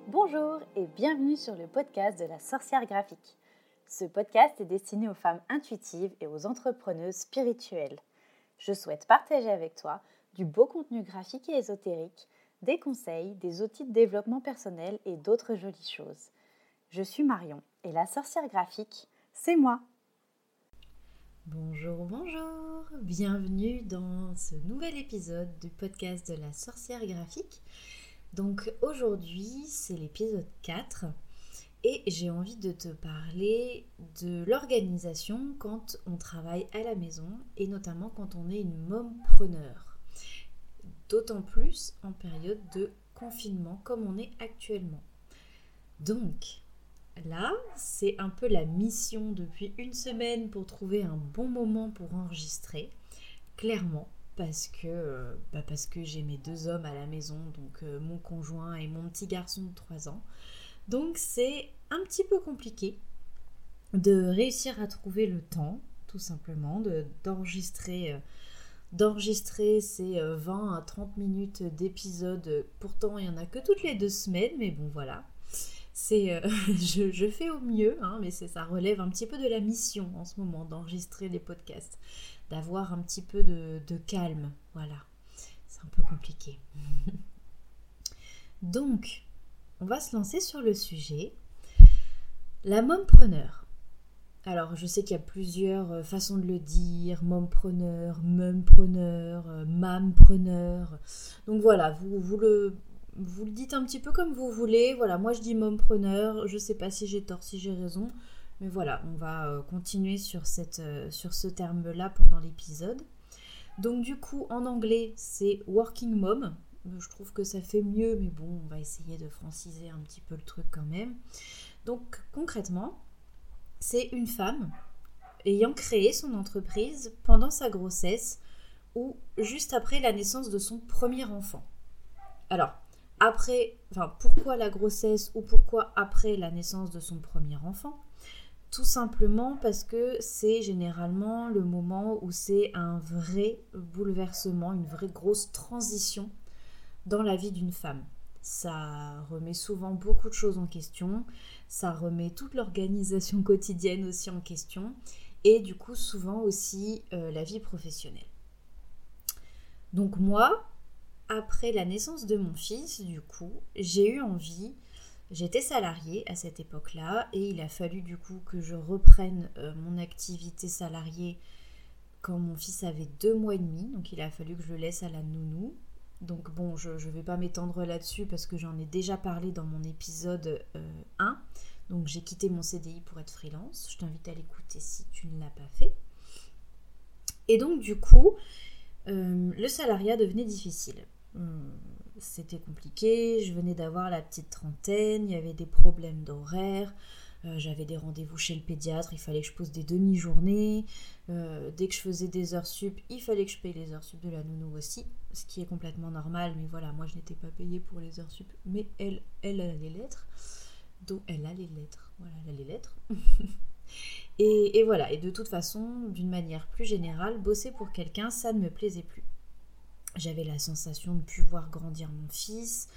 Bonjour et bienvenue sur le podcast de la sorcière graphique. Ce podcast est destiné aux femmes intuitives et aux entrepreneuses spirituelles. Je souhaite partager avec toi du beau contenu graphique et ésotérique, des conseils, des outils de développement personnel et d'autres jolies choses. Je suis Marion et la sorcière graphique, c'est moi. Bonjour, bienvenue dans ce nouvel épisode du podcast de la sorcière graphique. Donc aujourd'hui c'est l'épisode 4 et j'ai envie de te parler de l'organisation quand on travaille à la maison et notamment quand on est une mompreneur. D'autant plus en période de confinement comme on est actuellement. Donc là, c'est un peu la mission depuis une semaine pour trouver un bon moment pour enregistrer, clairement, parce que j'ai mes 2 hommes à la maison, donc mon conjoint et mon petit garçon de 3 ans. Donc c'est un petit peu compliqué de réussir à trouver le temps, tout simplement, d'enregistrer ces 20 à 30 minutes d'épisodes. Pourtant, il n'y en a que toutes les 2 semaines, mais bon, voilà. Je fais au mieux, mais ça relève un petit peu de la mission en ce moment d'enregistrer des podcasts, d'avoir un petit peu de calme, voilà, c'est un peu compliqué. Donc, on va se lancer sur le sujet, la mompreneur. Alors, je sais qu'il y a plusieurs façons de le dire, mompreneur, mumpreneur, mampreneur, donc voilà, vous le dites un petit peu comme vous voulez. Voilà, moi je dis mompreneur, je sais pas si j'ai tort, si j'ai raison, mais voilà, on va continuer sur ce terme-là pendant l'épisode. Donc du coup, en anglais, c'est working mom. Je trouve que ça fait mieux, mais bon, on va essayer de franciser un petit peu le truc quand même. Donc concrètement, c'est une femme ayant créé son entreprise pendant sa grossesse ou juste après la naissance de son premier enfant. Alors, pourquoi la grossesse ou pourquoi après la naissance de son premier enfant ? Tout simplement parce que c'est généralement le moment où c'est un vrai bouleversement, une vraie grosse transition dans la vie d'une femme. Ça remet souvent beaucoup de choses en question, ça remet toute l'organisation quotidienne aussi en question et du coup souvent aussi la vie professionnelle. Donc moi, après la naissance de mon fils, du coup, j'étais salariée à cette époque-là et il a fallu du coup que je reprenne mon activité salariée quand mon fils avait 2 mois et demi, donc il a fallu que je le laisse à la nounou. Donc bon, je ne vais pas m'étendre là-dessus parce que j'en ai déjà parlé dans mon épisode 1, donc j'ai quitté mon CDI pour être freelance, je t'invite à l'écouter si tu ne l'as pas fait. Et donc du coup, le salariat devenait difficile. C'était compliqué, je venais d'avoir la petite trentaine, il y avait des problèmes d'horaire, j'avais des rendez-vous chez le pédiatre, il fallait que je pose des demi-journées, dès que je faisais des heures sup, il fallait que je paye les heures sup de la nounou aussi, ce qui est complètement normal, mais voilà, moi je n'étais pas payée pour les heures sup, mais elle a les lettres, donc elle a les lettres, voilà, elle a les lettres. Et voilà, et de toute façon, d'une manière plus générale, bosser pour quelqu'un, ça ne me plaisait plus. J'avais la sensation de ne plus voir grandir mon fils.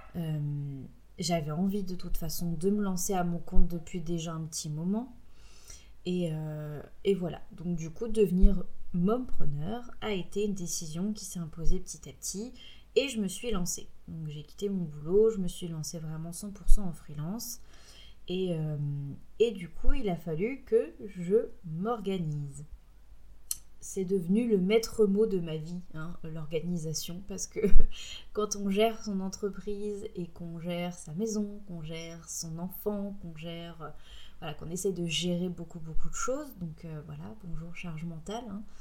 J'avais envie de toute façon de me lancer à mon compte depuis déjà un petit moment. Et voilà. Donc du coup, devenir mompreneur a été une décision qui s'est imposée petit à petit. Et je me suis lancée. Donc j'ai quitté mon boulot, je me suis lancée vraiment 100% en freelance. Et du coup, il a fallu que je m'organise. C'est devenu le maître mot de ma vie, l'organisation, parce que quand on gère son entreprise et qu'on gère sa maison, qu'on gère son enfant, qu'on essaie de gérer beaucoup de choses, donc voilà, bonjour charge mentale,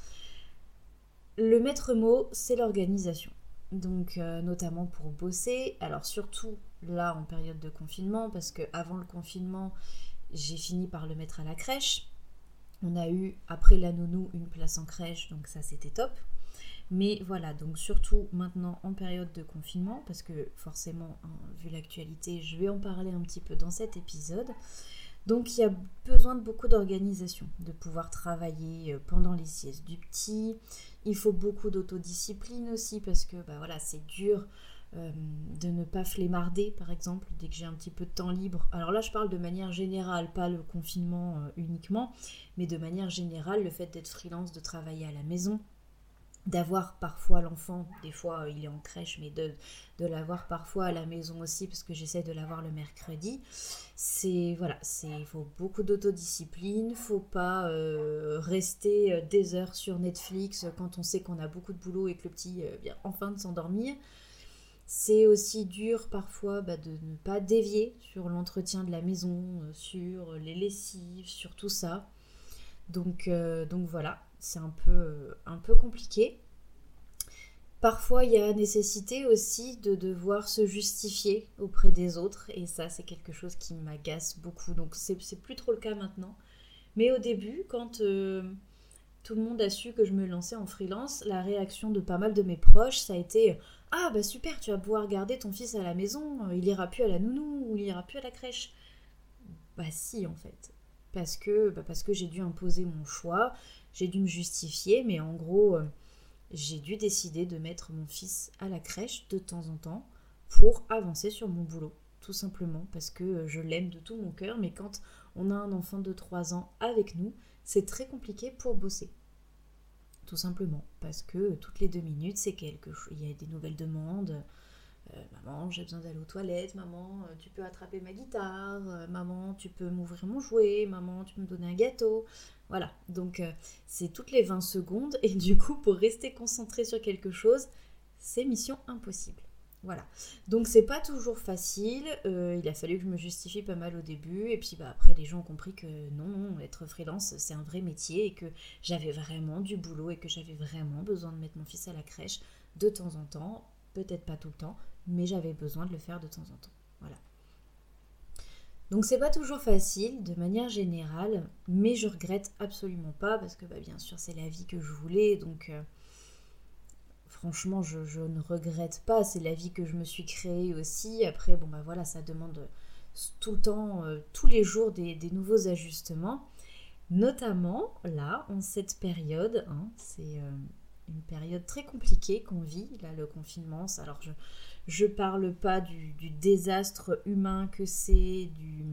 le maître mot, c'est l'organisation. Donc notamment pour bosser, alors surtout là en période de confinement, parce qu'avant le confinement, j'ai fini par le mettre à la crèche. On a eu, après la nounou, une place en crèche, donc ça c'était top. Mais voilà, donc surtout maintenant en période de confinement, parce que forcément, vu l'actualité, je vais en parler un petit peu dans cet épisode. Donc il y a besoin de beaucoup d'organisation, de pouvoir travailler pendant les siestes du petit. Il faut beaucoup d'autodiscipline aussi, parce que voilà, c'est dur de ne pas flemmarder par exemple dès que j'ai un petit peu de temps libre. Alors là je parle de manière générale, pas le confinement uniquement, mais de manière générale le fait d'être freelance, de travailler à la maison, d'avoir parfois l'enfant, des fois il est en crèche, mais de l'avoir parfois à la maison aussi parce que j'essaie de l'avoir le mercredi. Il faut beaucoup d'autodiscipline, faut pas rester des heures sur Netflix quand on sait qu'on a beaucoup de boulot et que le petit vient enfin de s'endormir. C'est aussi dur parfois de ne pas dévier sur l'entretien de la maison, sur les lessives, sur tout ça. Donc voilà, c'est un peu compliqué. Parfois, il y a nécessité aussi de devoir se justifier auprès des autres. Et ça, c'est quelque chose qui m'agace beaucoup. Donc c'est plus trop le cas maintenant. Mais au début, quand tout le monde a su que je me lançais en freelance, la réaction de pas mal de mes proches, ça a été « Ah bah super, tu vas pouvoir garder ton fils à la maison, il ira plus à la nounou ou il ira plus à la crèche. » Bah si en fait, parce que j'ai dû imposer mon choix, j'ai dû me justifier, mais en gros, j'ai dû décider de mettre mon fils à la crèche de temps en temps pour avancer sur mon boulot. Tout simplement parce que je l'aime de tout mon cœur, mais quand on a un enfant de 3 ans avec nous, c'est très compliqué pour bosser. Tout simplement, parce que toutes les 2 minutes, il y a des nouvelles demandes. Maman, j'ai besoin d'aller aux toilettes. Maman, tu peux attraper ma guitare. Maman, tu peux m'ouvrir mon jouet. Maman, tu peux me donner un gâteau. Voilà, donc c'est toutes les 20 secondes. Et du coup, pour rester concentré sur quelque chose, c'est mission impossible. Voilà, donc c'est pas toujours facile, il a fallu que je me justifie pas mal au début, et puis après les gens ont compris que non, être freelance c'est un vrai métier, et que j'avais vraiment du boulot, et que j'avais vraiment besoin de mettre mon fils à la crèche de temps en temps, peut-être pas tout le temps, mais j'avais besoin de le faire de temps en temps, voilà. Donc c'est pas toujours facile de manière générale, mais je regrette absolument pas, parce que bien sûr c'est la vie que je voulais, donc... Franchement, je ne regrette pas, c'est la vie que je me suis créée aussi. Après, ça demande tout le temps, tous les jours, des nouveaux ajustements. Notamment, là, en cette période, c'est une période très compliquée qu'on vit, là, le confinement. Alors, je parle pas du désastre humain que c'est,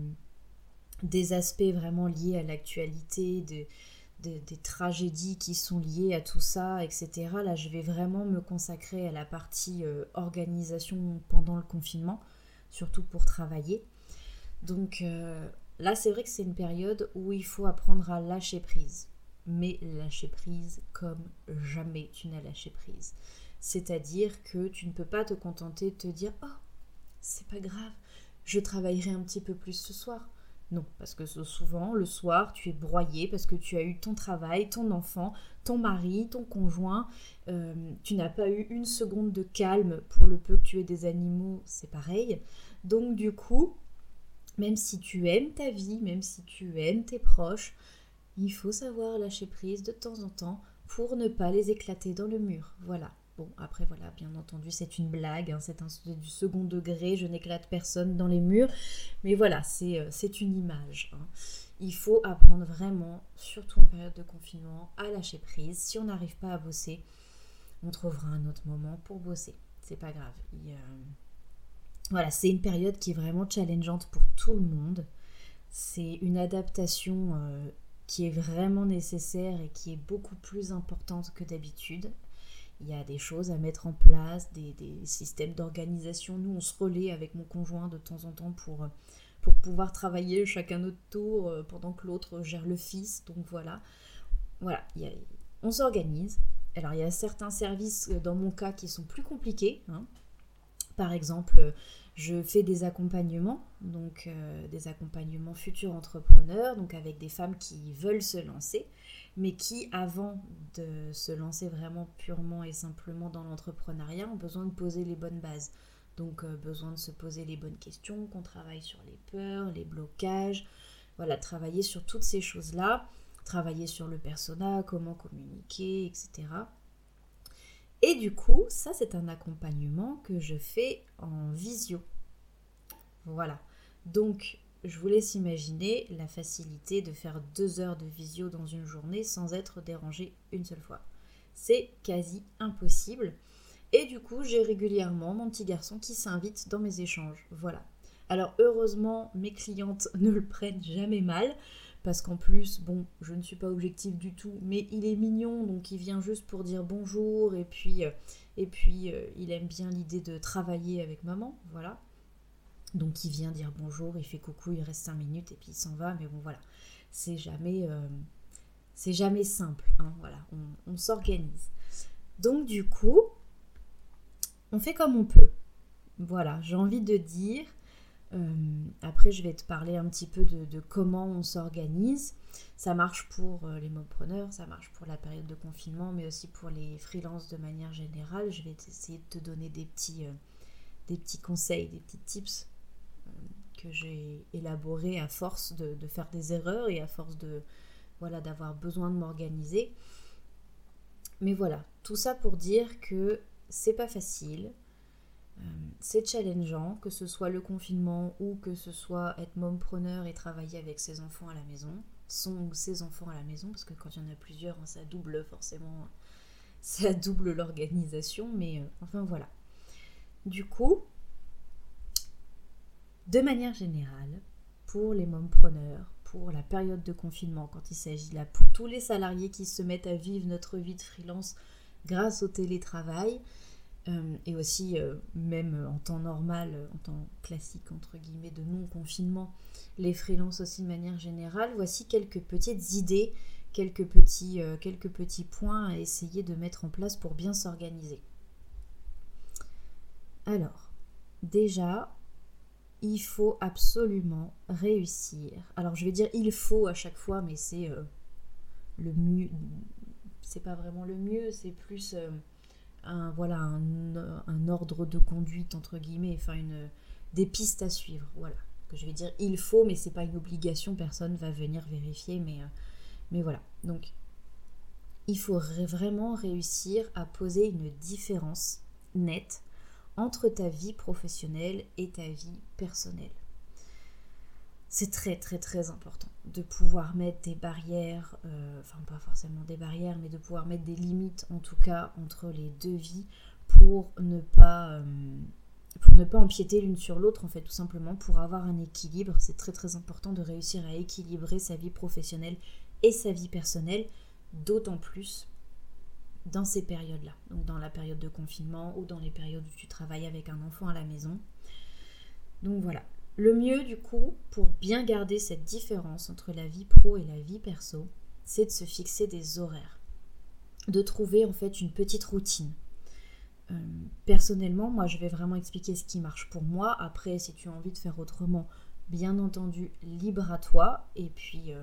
des aspects vraiment liés à l'actualité, des tragédies qui sont liées à tout ça, etc. Là, je vais vraiment me consacrer à la partie organisation pendant le confinement, surtout pour travailler. Donc là, c'est vrai que c'est une période où il faut apprendre à lâcher prise. Mais lâcher prise comme jamais tu n'as lâché prise. C'est-à-dire que tu ne peux pas te contenter de te dire « Oh, c'est pas grave, je travaillerai un petit peu plus ce soir ». Non, parce que souvent, le soir, tu es broyé parce que tu as eu ton travail, ton enfant, ton mari, ton conjoint. Tu n'as pas eu une seconde de calme pour le peu que tu aies des animaux, c'est pareil. Donc du coup, même si tu aimes ta vie, même si tu aimes tes proches, il faut savoir lâcher prise de temps en temps pour ne pas les éclater dans le mur. Voilà. Bon, après, voilà, bien entendu, c'est une blague, c'est du second degré, je n'éclate personne dans les murs, mais voilà, c'est une image. Il faut apprendre vraiment, surtout en période de confinement, à lâcher prise. Si on n'arrive pas à bosser, on trouvera un autre moment pour bosser. C'est pas grave. Voilà, c'est une période qui est vraiment challengeante pour tout le monde. C'est une adaptation qui est vraiment nécessaire et qui est beaucoup plus importante que d'habitude. Il y a des choses à mettre en place, des systèmes d'organisation. Nous, on se relaie avec mon conjoint de temps en temps pour pouvoir travailler chacun notre tour pendant que l'autre gère le fils. Donc voilà, on s'organise. Alors, il y a certains services, dans mon cas, qui sont plus compliqués. Par exemple, je fais des accompagnements, donc des accompagnements futurs entrepreneurs, donc avec des femmes qui veulent se lancer, mais qui, avant de se lancer vraiment purement et simplement dans l'entrepreneuriat, ont besoin de poser les bonnes bases. Donc, besoin de se poser les bonnes questions, qu'on travaille sur les peurs, les blocages, voilà, travailler sur toutes ces choses-là, travailler sur le persona, comment communiquer, etc. Et du coup, ça, c'est un accompagnement que je fais en visio. Voilà. Donc, je vous laisse imaginer la facilité de faire 2 heures de visio dans une journée sans être dérangé une seule fois. C'est quasi impossible. Et du coup, j'ai régulièrement mon petit garçon qui s'invite dans mes échanges. Voilà. Alors heureusement, mes clientes ne le prennent jamais mal, parce qu'en plus, bon, je ne suis pas objective du tout, mais il est mignon, donc il vient juste pour dire bonjour, et puis il aime bien l'idée de travailler avec maman, voilà. Donc il vient dire bonjour, il fait coucou, il reste 5 minutes, et puis il s'en va, mais bon voilà, c'est jamais simple, hein, voilà, on s'organise. Donc du coup, on fait comme on peut. Voilà, j'ai envie de dire. Après, je vais te parler un petit peu de comment on s'organise. Ça marche pour les mompreneurs, ça marche pour la période de confinement, mais aussi pour les freelances de manière générale. Je vais essayer de te donner des petits conseils, des petits tips que j'ai élaborés à force de faire des erreurs et à force d'avoir besoin de m'organiser. Mais voilà, tout ça pour dire que c'est pas facile. C'est challengeant, que ce soit le confinement ou que ce soit être mompreneur et travailler avec ses enfants à la maison, son ou ses enfants à la maison, parce que quand il y en a plusieurs, ça double forcément, ça double l'organisation, mais enfin voilà. Du coup, de manière générale, pour les mompreneurs, pour la période de confinement, quand il s'agit là, pour tous les salariés qui se mettent à vivre notre vie de freelance grâce au télétravail, et aussi même en temps normal, en temps classique entre guillemets de non-confinement, les freelances aussi de manière générale, voici quelques petites idées, quelques petits points à essayer de mettre en place pour bien s'organiser. Alors, déjà, il faut absolument réussir. Alors je vais dire il faut à chaque fois, mais c'est le mieux, c'est pas vraiment le mieux, c'est plus... un ordre de conduite entre guillemets, enfin des pistes à suivre, voilà, que je vais dire il faut, mais c'est pas une obligation, personne va venir vérifier, mais voilà. Donc il faut vraiment réussir à poser une différence nette entre ta vie professionnelle et ta vie personnelle. C'est très très très important de pouvoir mettre des barrières, enfin pas forcément des barrières, mais de pouvoir mettre des limites en tout cas entre les deux vies pour ne pas empiéter l'une sur l'autre, en fait, tout simplement pour avoir un équilibre. C'est très très important de réussir à équilibrer sa vie professionnelle et sa vie personnelle, d'autant plus dans ces périodes-là, donc dans la période de confinement ou dans les périodes où tu travailles avec un enfant à la maison. Donc voilà. Le mieux du coup, pour bien garder cette différence entre la vie pro et la vie perso, c'est de se fixer des horaires, de trouver en fait une petite routine. Personnellement, moi je vais vraiment expliquer ce qui marche pour moi. Après, si tu as envie de faire autrement, bien entendu, libre à toi. Et puis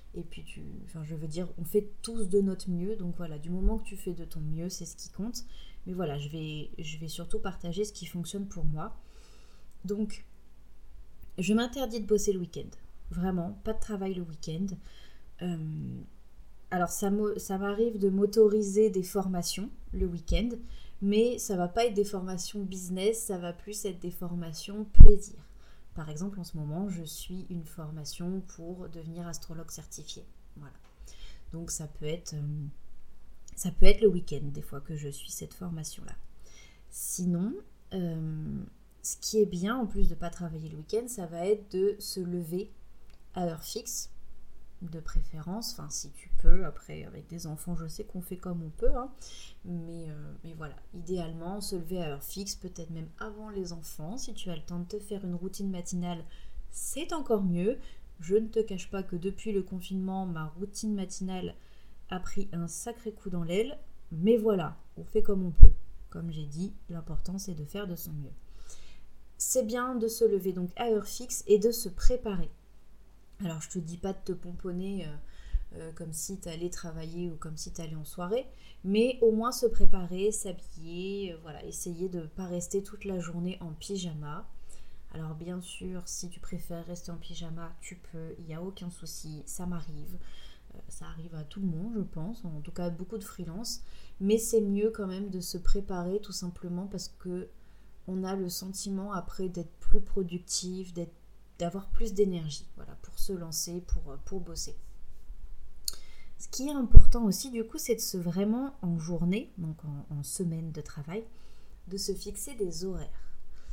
on fait tous de notre mieux. Donc voilà, du moment que tu fais de ton mieux, c'est ce qui compte. Mais voilà, je vais surtout partager ce qui fonctionne pour moi. Donc, je m'interdis de bosser le week-end. Vraiment, pas de travail le week-end. Alors, ça m'arrive de m'autoriser des formations le week-end, mais ça va pas être des formations business, ça va plus être des formations plaisir. Par exemple, en ce moment, je suis une formation pour devenir astrologue certifié. Voilà. Donc, ça peut être le week-end, des fois, que je suis cette formation-là. Sinon... ce qui est bien, en plus de ne pas travailler le week-end, ça va être de se lever à heure fixe, de préférence, enfin si tu peux, après avec des enfants je sais qu'on fait comme on peut, hein, mais voilà, idéalement se lever à heure fixe, peut-être même avant les enfants, si tu as le temps de te faire une routine matinale, c'est encore mieux. Je ne te cache pas que depuis le confinement, ma routine matinale a pris un sacré coup dans l'aile, mais voilà, on fait comme on peut. Comme j'ai dit, l'important c'est de faire de son mieux. C'est bien de se lever donc à heure fixe et de se préparer. Alors je te dis pas de te pomponner comme si tu allais travailler ou comme si tu allais en soirée, mais au moins se préparer, s'habiller, voilà, essayer de ne pas rester toute la journée en pyjama. Alors bien sûr, si tu préfères rester en pyjama, tu peux, il n'y a aucun souci, ça m'arrive. Ça arrive à tout le monde, je pense, en tout cas à beaucoup de freelance, mais c'est mieux quand même de se préparer tout simplement parce que on a le sentiment après d'être plus productif, d'avoir plus d'énergie, voilà, pour se lancer, pour bosser. Ce qui est important aussi, du coup, c'est de vraiment en journée, donc en semaine de travail, de se fixer des horaires.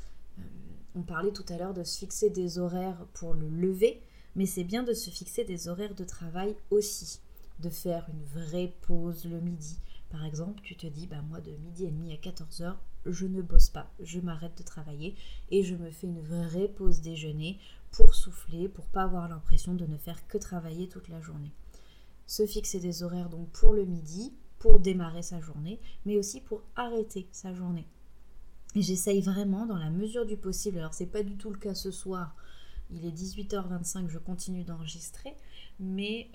On parlait tout à l'heure de se fixer des horaires pour le lever, mais c'est bien de se fixer des horaires de travail aussi, de faire une vraie pause le midi. Par exemple, tu te dis, moi de midi et demi à 14h, je ne bosse pas, je m'arrête de travailler et je me fais une vraie pause déjeuner pour souffler, pour pas avoir l'impression de ne faire que travailler toute la journée. Se fixer des horaires donc pour le midi, pour démarrer sa journée, mais aussi pour arrêter sa journée. Et j'essaye vraiment dans la mesure du possible, alors c'est pas du tout le cas ce soir, il est 18h25, je continue d'enregistrer, mais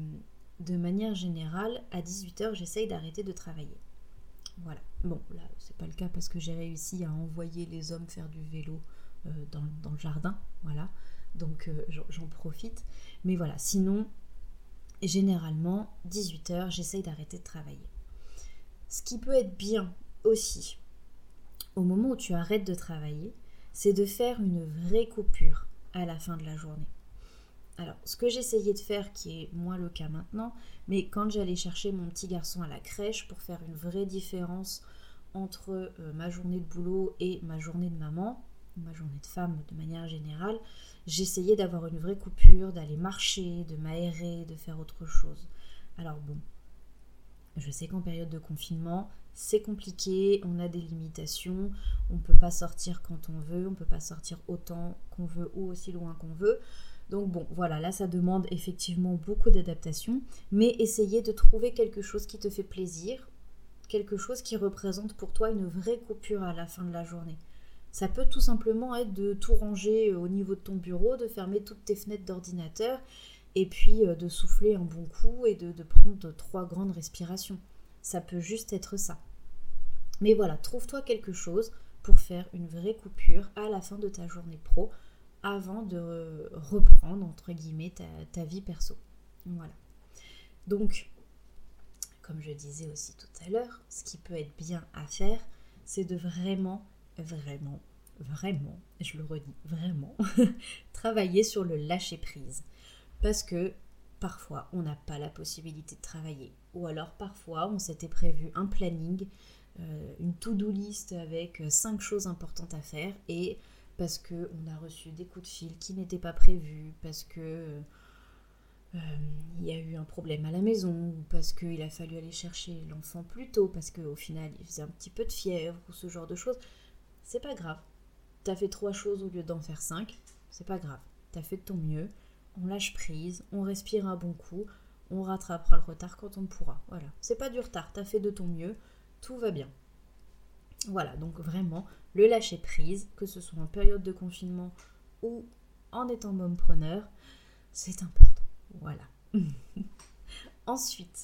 de manière générale, à 18h, j'essaye d'arrêter de travailler. Voilà. Bon, là, c'est pas le cas parce que j'ai réussi à envoyer les hommes faire du vélo dans le jardin, voilà. Donc j'en profite. Mais voilà, sinon, généralement, 18h, j'essaye d'arrêter de travailler. Ce qui peut être bien aussi, au moment où tu arrêtes de travailler, c'est de faire une vraie coupure à la fin de la journée. Alors, ce que j'essayais de faire, qui est moins le cas maintenant, mais quand j'allais chercher mon petit garçon à la crèche pour faire une vraie différence entre ma journée de boulot et ma journée de maman, ma journée de femme de manière générale, j'essayais d'avoir une vraie coupure, d'aller marcher, de m'aérer, de faire autre chose. Alors bon, je sais qu'en période de confinement, c'est compliqué, on a des limitations, on ne peut pas sortir quand on veut, on ne peut pas sortir autant qu'on veut ou aussi loin qu'on veut. Donc bon, voilà, là ça demande effectivement beaucoup d'adaptation, mais essayez de trouver quelque chose qui te fait plaisir, quelque chose qui représente pour toi une vraie coupure à la fin de la journée. Ça peut tout simplement être de tout ranger au niveau de ton bureau, de fermer toutes tes fenêtres d'ordinateur et puis de souffler un bon coup et de prendre 3 grandes respirations. Ça peut juste être ça. Mais voilà, trouve-toi quelque chose pour faire une vraie coupure à la fin de ta journée pro avant de reprendre, entre guillemets, ta vie perso. Voilà. Donc, comme je disais aussi tout à l'heure, ce qui peut être bien à faire, c'est de vraiment, je le redis, vraiment, travailler sur le lâcher-prise. Parce que parfois, on n'a pas la possibilité de travailler. Ou alors, parfois, on s'était prévu un planning, une to-do list avec 5 choses importantes à faire et parce qu'on a reçu des coups de fil qui n'étaient pas prévus, parce que il y a eu un problème à la maison, ou parce qu'il a fallu aller chercher l'enfant plus tôt, parce qu'au final il faisait un petit peu de fièvre, ou ce genre de choses. C'est pas grave. T'as fait 3 choses au lieu d'en faire 5, c'est pas grave. T'as fait de ton mieux, on lâche prise, on respire un bon coup, on rattrapera le retard quand on pourra. Voilà, c'est pas du retard, t'as fait de ton mieux, tout va bien. Voilà, donc vraiment, le lâcher prise, que ce soit en période de confinement ou en étant mompreneur, c'est important. Voilà. Ensuite,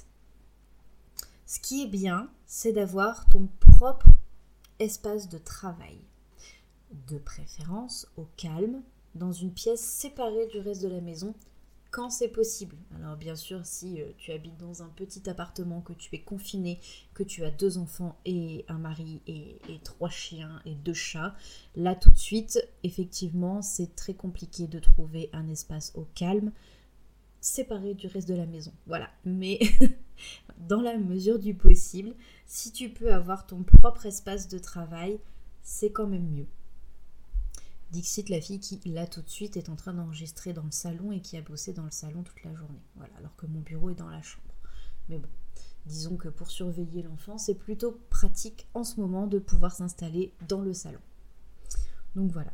ce qui est bien, c'est d'avoir ton propre espace de travail. De préférence au calme, dans une pièce séparée du reste de la maison, quand c'est possible. Alors bien sûr, si tu habites dans un petit appartement, que tu es confiné, que tu as 2 enfants et un mari et 3 chiens et 2 chats, là tout de suite, effectivement, c'est très compliqué de trouver un espace au calme, séparé du reste de la maison. Voilà, mais dans la mesure du possible, si tu peux avoir ton propre espace de travail, c'est quand même mieux. Dixit, la fille qui, là tout de suite, est en train d'enregistrer dans le salon et qui a bossé dans le salon toute la journée. Voilà, alors que mon bureau est dans la chambre. Mais bon, disons que pour surveiller l'enfant, c'est plutôt pratique en ce moment de pouvoir s'installer dans le salon. Donc voilà.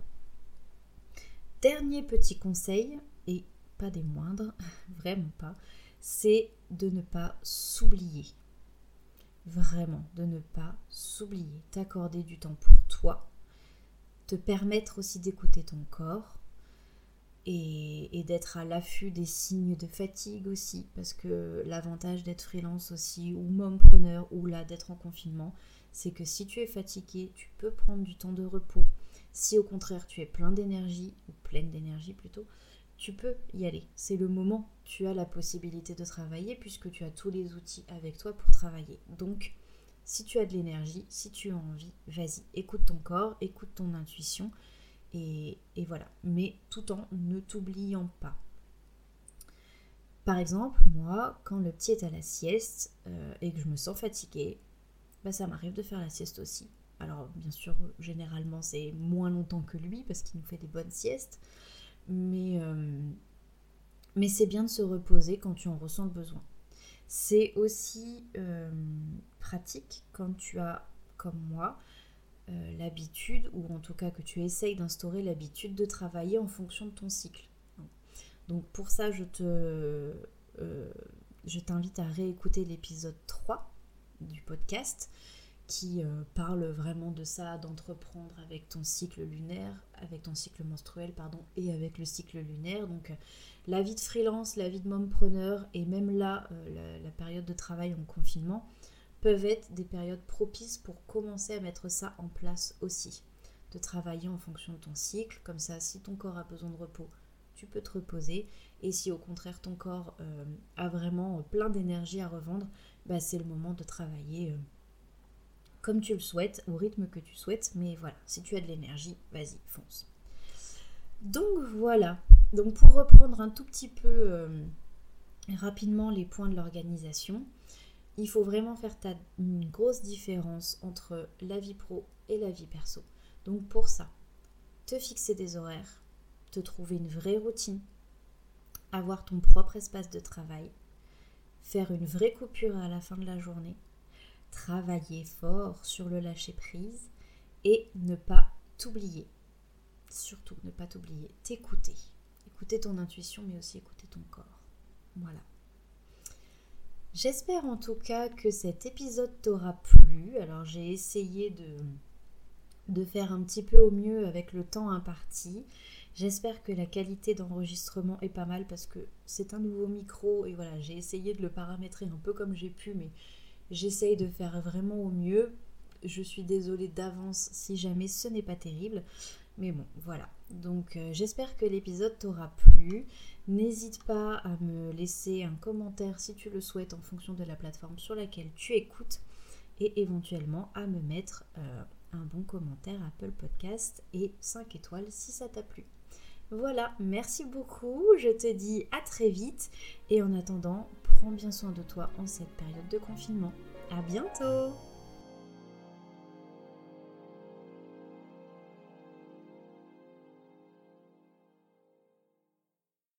Dernier petit conseil, et pas des moindres, vraiment pas, c'est de ne pas s'oublier. Vraiment, de ne pas s'oublier. T'accorder du temps pour toi. Te permettre aussi d'écouter ton corps et d'être à l'affût des signes de fatigue aussi, parce que l'avantage d'être freelance aussi, ou mompreneur, ou là d'être en confinement, c'est que si tu es fatigué, tu peux prendre du temps de repos. Si au contraire tu es pleine d'énergie plutôt, tu peux y aller. C'est le moment, tu as la possibilité de travailler puisque tu as tous les outils avec toi pour travailler. Donc, si tu as de l'énergie, si tu as envie, vas-y, écoute ton corps, écoute ton intuition et voilà. Mais tout en ne t'oubliant pas. Par exemple, moi, quand le petit est à la sieste et que je me sens fatiguée, ça m'arrive de faire la sieste aussi. Alors bien sûr, généralement c'est moins longtemps que lui parce qu'il nous fait des bonnes siestes, mais c'est bien de se reposer quand tu en ressens le besoin. C'est aussi pratique quand tu as, comme moi, l'habitude, ou en tout cas que tu essayes d'instaurer l'habitude de travailler en fonction de ton cycle. Donc pour ça, je t'invite à réécouter l'épisode 3 du podcast qui parle vraiment de ça, d'entreprendre avec ton cycle lunaire, avec ton cycle menstruel, et avec le cycle lunaire. Donc la vie de freelance, la vie de mompreneur et même là, la période de travail en confinement peuvent être des périodes propices pour commencer à mettre ça en place aussi. De travailler en fonction de ton cycle, comme ça si ton corps a besoin de repos, tu peux te reposer, et si au contraire ton corps a vraiment plein d'énergie à revendre, c'est le moment de travailler comme tu le souhaites, au rythme que tu souhaites, mais voilà, si tu as de l'énergie, vas-y, fonce. Donc voilà, donc pour reprendre un tout petit peu rapidement les points de l'organisation, il faut vraiment faire une grosse différence entre la vie pro et la vie perso. Donc pour ça, te fixer des horaires, te trouver une vraie routine, avoir ton propre espace de travail, faire une vraie coupure à la fin de la journée, travailler fort sur le lâcher-prise et ne pas t'oublier. Surtout, ne pas t'oublier, t'écouter. Écouter ton intuition, mais aussi écouter ton corps. Voilà. J'espère en tout cas que cet épisode t'aura plu. Alors j'ai essayé de faire un petit peu au mieux avec le temps imparti. J'espère que la qualité d'enregistrement est pas mal parce que c'est un nouveau micro et voilà, j'ai essayé de le paramétrer un peu comme j'ai pu, mais j'essaye de faire vraiment au mieux. Je suis désolée d'avance si jamais ce n'est pas terrible. Mais bon, voilà. Donc j'espère que l'épisode t'aura plu. N'hésite pas à me laisser un commentaire si tu le souhaites en fonction de la plateforme sur laquelle tu écoutes. Et éventuellement à me mettre un bon commentaire Apple Podcast et 5 étoiles si ça t'a plu. Voilà, merci beaucoup. Je te dis à très vite. Et en attendant, prends bien soin de toi en cette période de confinement. À bientôt!